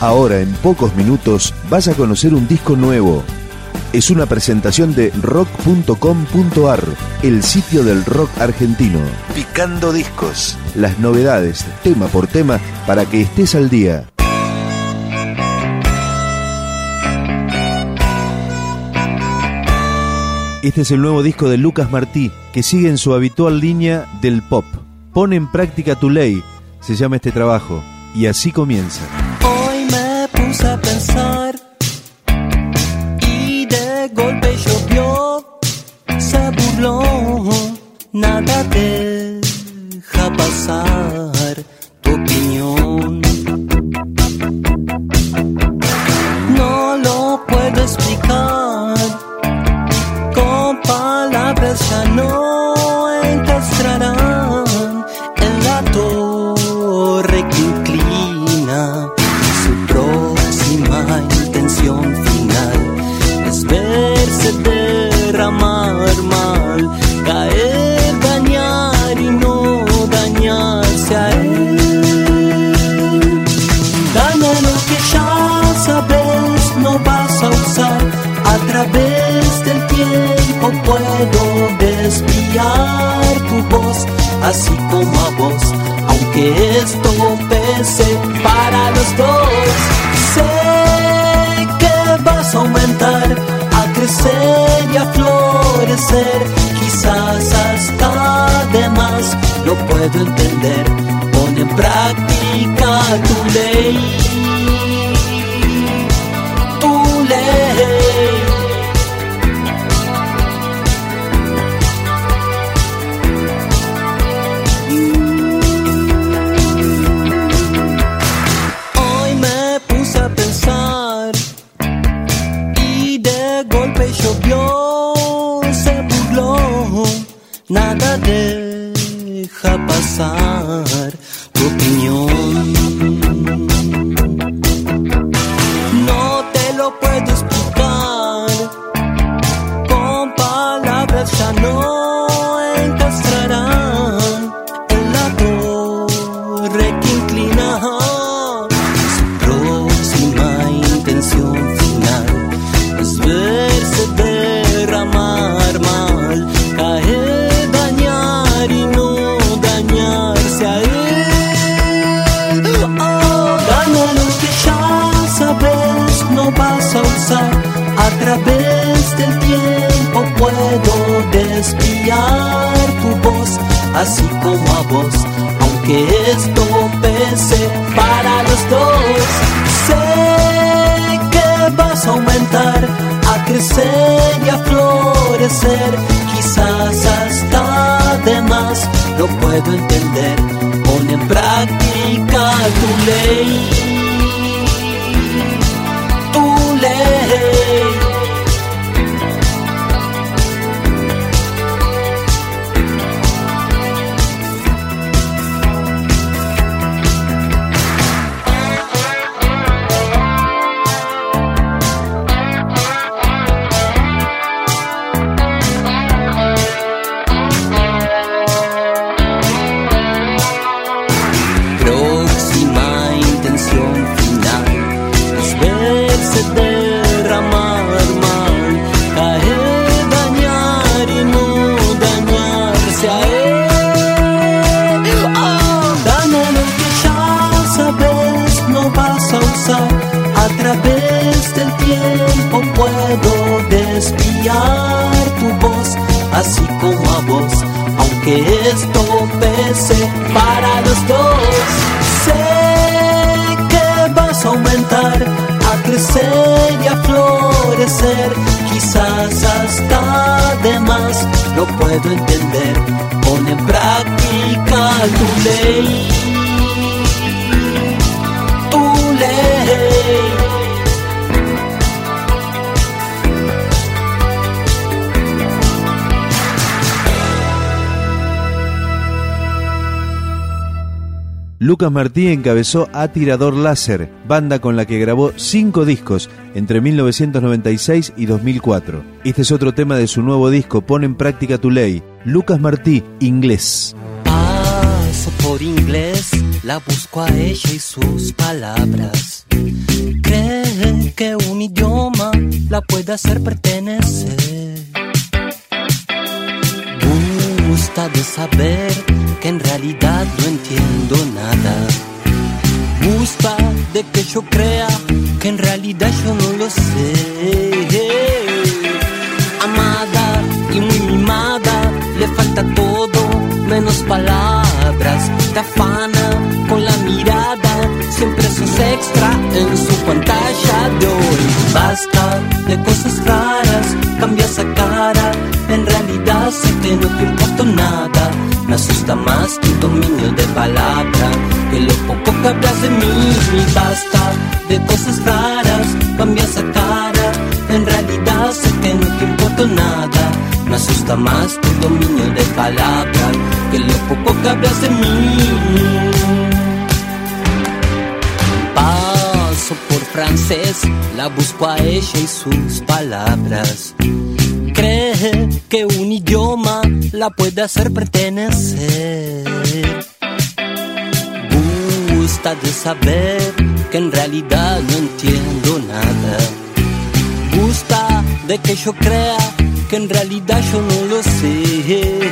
Ahora, en pocos minutos, vas a conocer un disco nuevo. Es una presentación de rock.com.ar, el sitio del rock argentino. Picando discos. Las novedades, tema por tema, para que estés al día. Este es el nuevo disco de Lucas Martí, que sigue en su habitual línea del pop. Pone en práctica tu ley, se llama este trabajo, y así comienza. Hoy me puse a pensar y de golpe llovió, se burló, nada deja pasar tu opinión. No lo puedo explicar, con palabras ya no encastrarán en la torre que inclina. Su próxima intención final es verse derramar mal, caer, dañar y no dañarse a él. Daña lo que ya sabes, no vas a usar. A través del tiempo puedo desviar tu voz, así como a vos, aunque esto pese para los dos. Sé que vas a aumentar, a crecer y a florecer, quizás hasta de más, lo puedo entender. Pon en práctica tu ley. Hoy me puse a pensar y de golpe llovió, se burló, nada deja pasar tu opinión. No te lo puedo explicar, con palabras ya no encastrarán en la torre que inclina. Su próxima intención final es verse derramar mal, caer, dañar y no dañarse a él. Oh, gana lo que ya sabes, no vas a usar. A través del tiempo puedo desviar tu voz, así como a vos, aunque esto pese para los dos. Sé que vas a aumentar, a crecer y a florecer, quizás hasta de más, lo puedo entender. Pon en práctica tu ley. Tu ley. Próxima intención final es verse derramar mal, caer, dañar y no dañarse a él. Oh, daña lo que ya sabes, no vas a usar. A través del tiempo puedo desviar tu voz, así como a vos, aunque esto pese para los dos. Sé que vas a aumentar, a crecer y a florecer, quizás hasta de más, lo puedo entender. Pon en práctica tu ley. Tu ley. Lucas Martí encabezó a Tirador Láser, banda con la que grabó 5 discos entre 1996 y 2004. Este es otro tema de su nuevo disco, Pon en práctica tu ley. Lucas Martí, Inglés. Paso por inglés, la busco a ella y sus palabras. Cree que un idioma la puede hacer pertenecer. Gusta de saber que en realidad no entiendo nada. Gusta de que yo crea que en realidad yo no lo sé. Amada y muy mimada, le falta todo menos palabras. Te afana con la mirada, siempre sos extra en su pantalla de hoy. Basta de cosas raras, cambia esa cara. En realidad sé que no te importa nada. Me asusta más tu dominio de palabra que lo poco que hablas de mí. Basta de cosas raras, cambia esa cara. En realidad sé que no te importa nada. Me asusta más tu dominio de palabra que lo poco que hablas de mí. Paso por francés, la busco a ella y sus palabras. Cree que un idioma la puede hacer pertenecer. Gusta de saber que en realidad no entiendo nada. Gusta de que yo crea que en realidad yo no lo sé.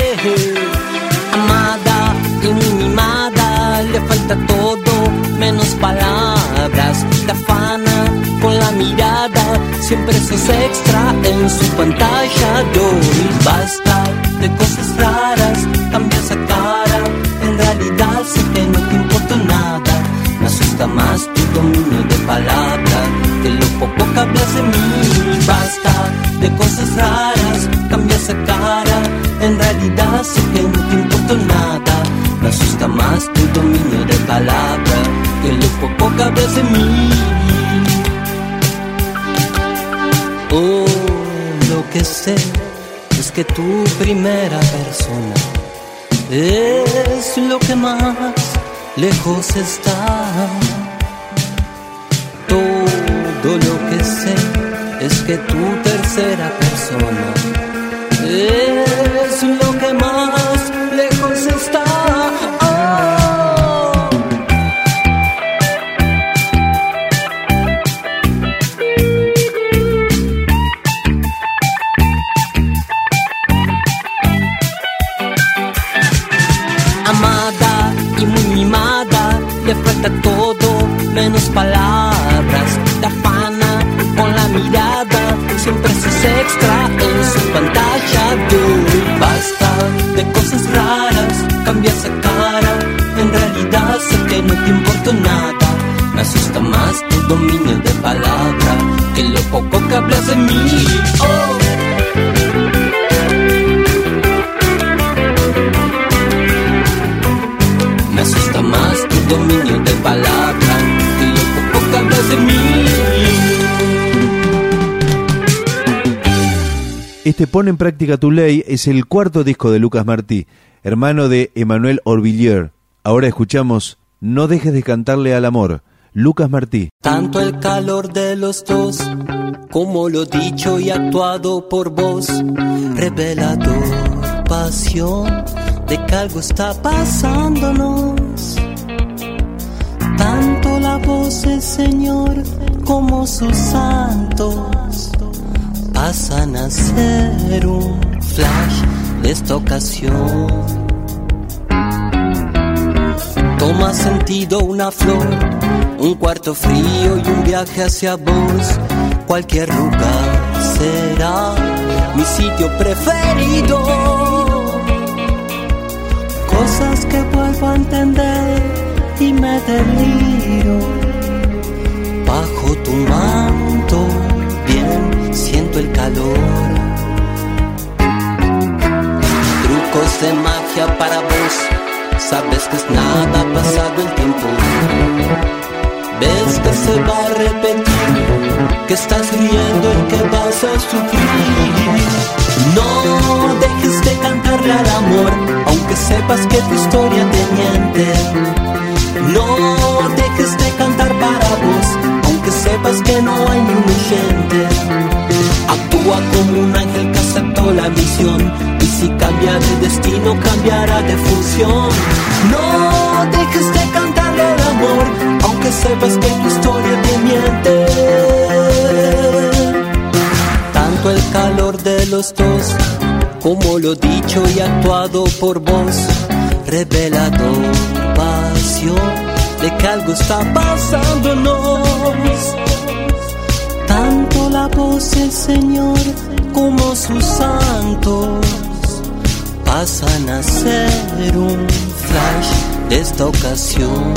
Amada y muy mimada, le falta todo menos palabras. Te afana con la mirada, siempre sos extra en su pantalla de hoy. Basta de cosas raras, cambia esa cara. En realidad sé que no te importa nada. Me asusta más tu dominio de palabra que lo poco que hablas de mí. Basta de cosas raras, cambia esa cara. En realidad sé que no te importa nada. Me asusta más tu dominio de palabra que lo poco que hablas de mí. Oh, lo que sé es que tu primera persona es lo que más lejos está. Todo lo que sé es que tu tercera persona es lo que más lejos está. Amada y muy mimada, le falta todo menos palabras. Te afana con la mirada, siempre sos extra en su pantalla de hoy. Basta de cosas raras, cambia esa cara. En realidad sé que no te importa nada. Me asusta más tu dominio de palabra que lo poco que hablas de mí. Oh. Me asusta más tu dominio de palabra que lo poco que hablas de mí. Este Pon en Práctica tu Ley es el cuarto disco de Lucas Martí, hermano de Emmanuel Orvillier. Ahora escuchamos No dejes de cantarle al amor, Lucas Martí. Tanto el calor de los dos como lo dicho y actuado por vos, revelador pasión de que algo está pasándonos. Tanto la voz del Señor como sus santos pasan a ser un flash de esta ocasión. Toma sentido una flor, un cuarto frío y un viaje hacia vos. Cualquier lugar será mi sitio preferido. Cosas que vuelvo a entender y me deliro. Bajo tu manto, bien siento el calor. Trucos de magia para vos. Sabes que es nada pasado el tiempo. Ves que se va a repetir, que estás riendo y que vas a sufrir. No dejes de cantarle al amor, aunque sepas que tu historia te miente. No dejes de cantar para vos, aunque sepas que no hay ni un oyente. Actúa como un ángel que aceptó la misión, y si cambia de destino, cambiará de función. No dejes de cantarle al amor, aunque sepas que tu historia te miente. los dos, como lo dicho y actuado por vos, revelador pasión de que algo está pasándonos. Tanto la voz del Señor como sus santos pasan a ser un flash de esta ocasión.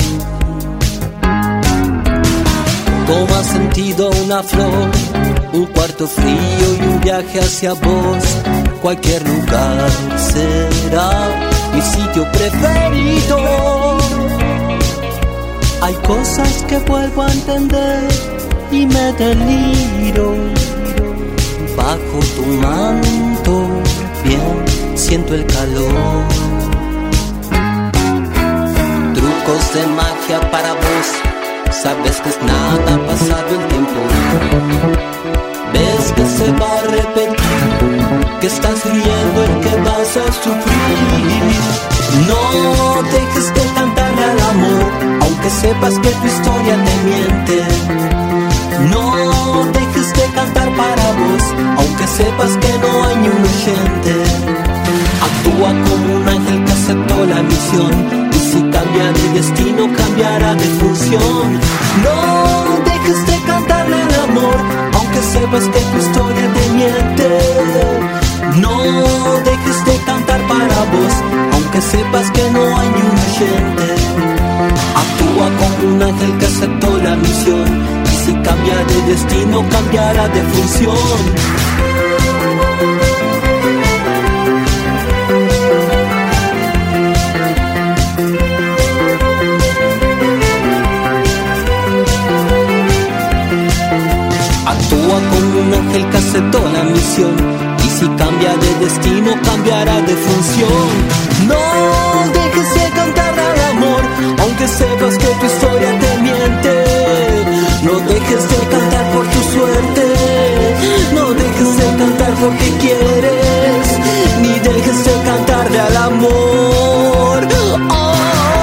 Toma sentido una flor, un cuarto frío y un viaje hacia vos. Cualquier lugar será mi sitio preferido. Hay cosas que vuelvo a entender y me deliro. Bajo tu manto, bien, siento el calor. Trucos de magia para vos. Sabes que es nada, ha pasado el tiempo. Ves que se va a repetir, que estás riendo y que vas a sufrir. No dejes de cantarle al amor, aunque sepas que tu historia te miente. No dejes de cantar para vos, aunque sepas que no hay ni un oyente. Actúa como un ángel que aceptó la misión. Si cambia de destino, cambiará de función. No dejes de cantarle al amor, aunque sepas que tu historia te miente. No dejes de cantar para vos, aunque sepas que no hay ni un oyente. Actúa como un ángel que aceptó la misión. Y si cambia de destino, cambiará de función. Como un ángel que aceptó la misión. Y si cambia de destino, cambiará de función. No dejes de cantar al amor, aunque sepas que tu historia te miente. No dejes de cantar por tu suerte. No dejes de cantar porque quieres. Ni dejes de cantarle al amor. Oh.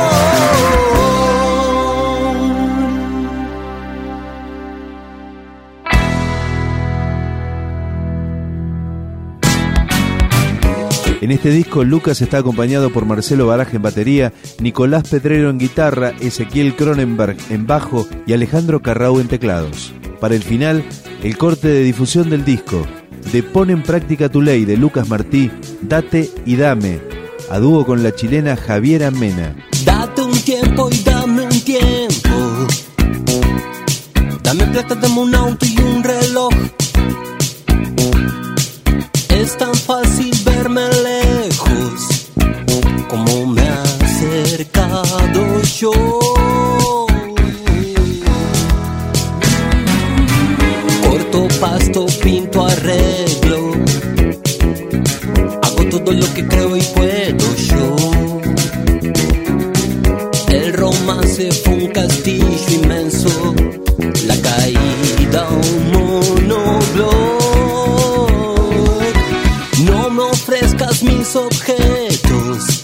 En este disco, Lucas está acompañado por Marcelo Baraja en batería, Nicolás Pedrero en guitarra, Ezequiel Cronenberg en bajo y Alejandro Carrau en teclados. Para el final, el corte de difusión del disco, de Pon en práctica tu ley de Lucas Martí, Date y Dame, a dúo con la chilena Javiera Mena. Date un tiempo y dame un tiempo. Dame plata, dame un auto y un reloj. Es tan fácil verme lejos, como me he acercado yo. Corto pasto, pinto, arreglo. Hago todo lo que creo y puedo yo. El romance fue un castillo inmenso, la caída un monobloc. No me ofrezcas mis objetos,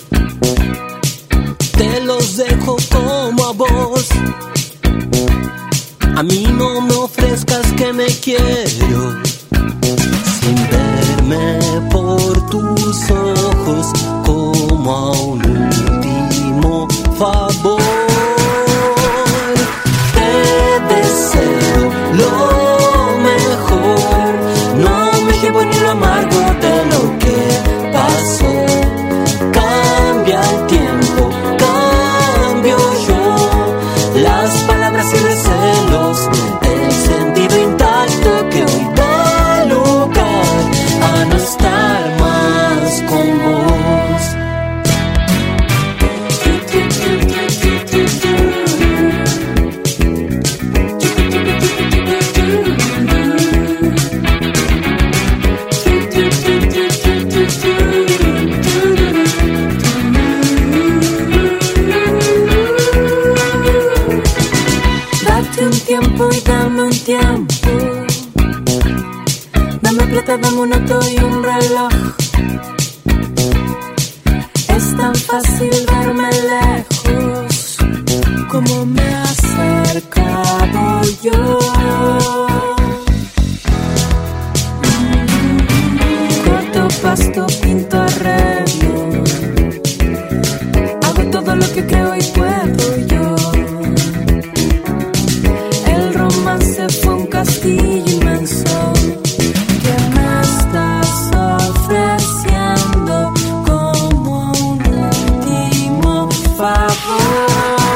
te los dejo como a vos. A mí no me ofrezcas que me quiero, sin verme por tus ojos como a un último favor. Te deseo lo mejor, no me llevo ni lo amargo de lo que pasó. Cambia el tiempo, cambio yo, las palabras y recelos, el sentido intacto que hoy da lugar a no estar más con vos. Tiempo y dame un tiempo. Dame plata, dame un auto y un reloj. Es tan fácil verme lejos, como me he acercado yo. visto, pinto, arreglo. Hago todo lo que creo y puedo yo. El romance fue un castillo inmenso que me estás ofreciendo como un último favor.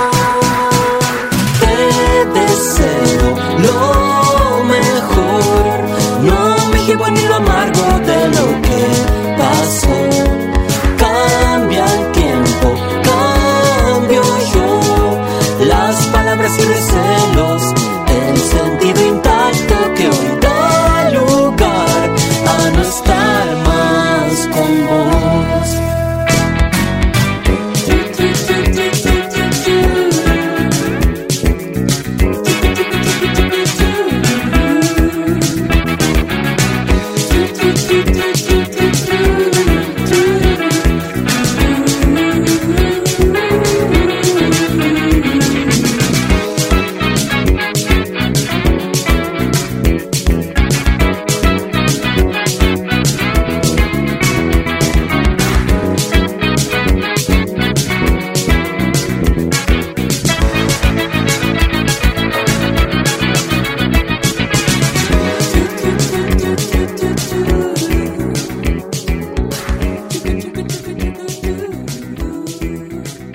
Te deseo lo mejor, no me llevo ni lo amargo de lo que pasó. Cambia el tiempo, cambio yo, las palabras y recelos, el sentido intacto que hoy da lugar a no estar más con vos.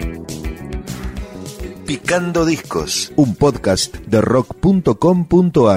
Picando Discos, un podcast de rock.com.ar.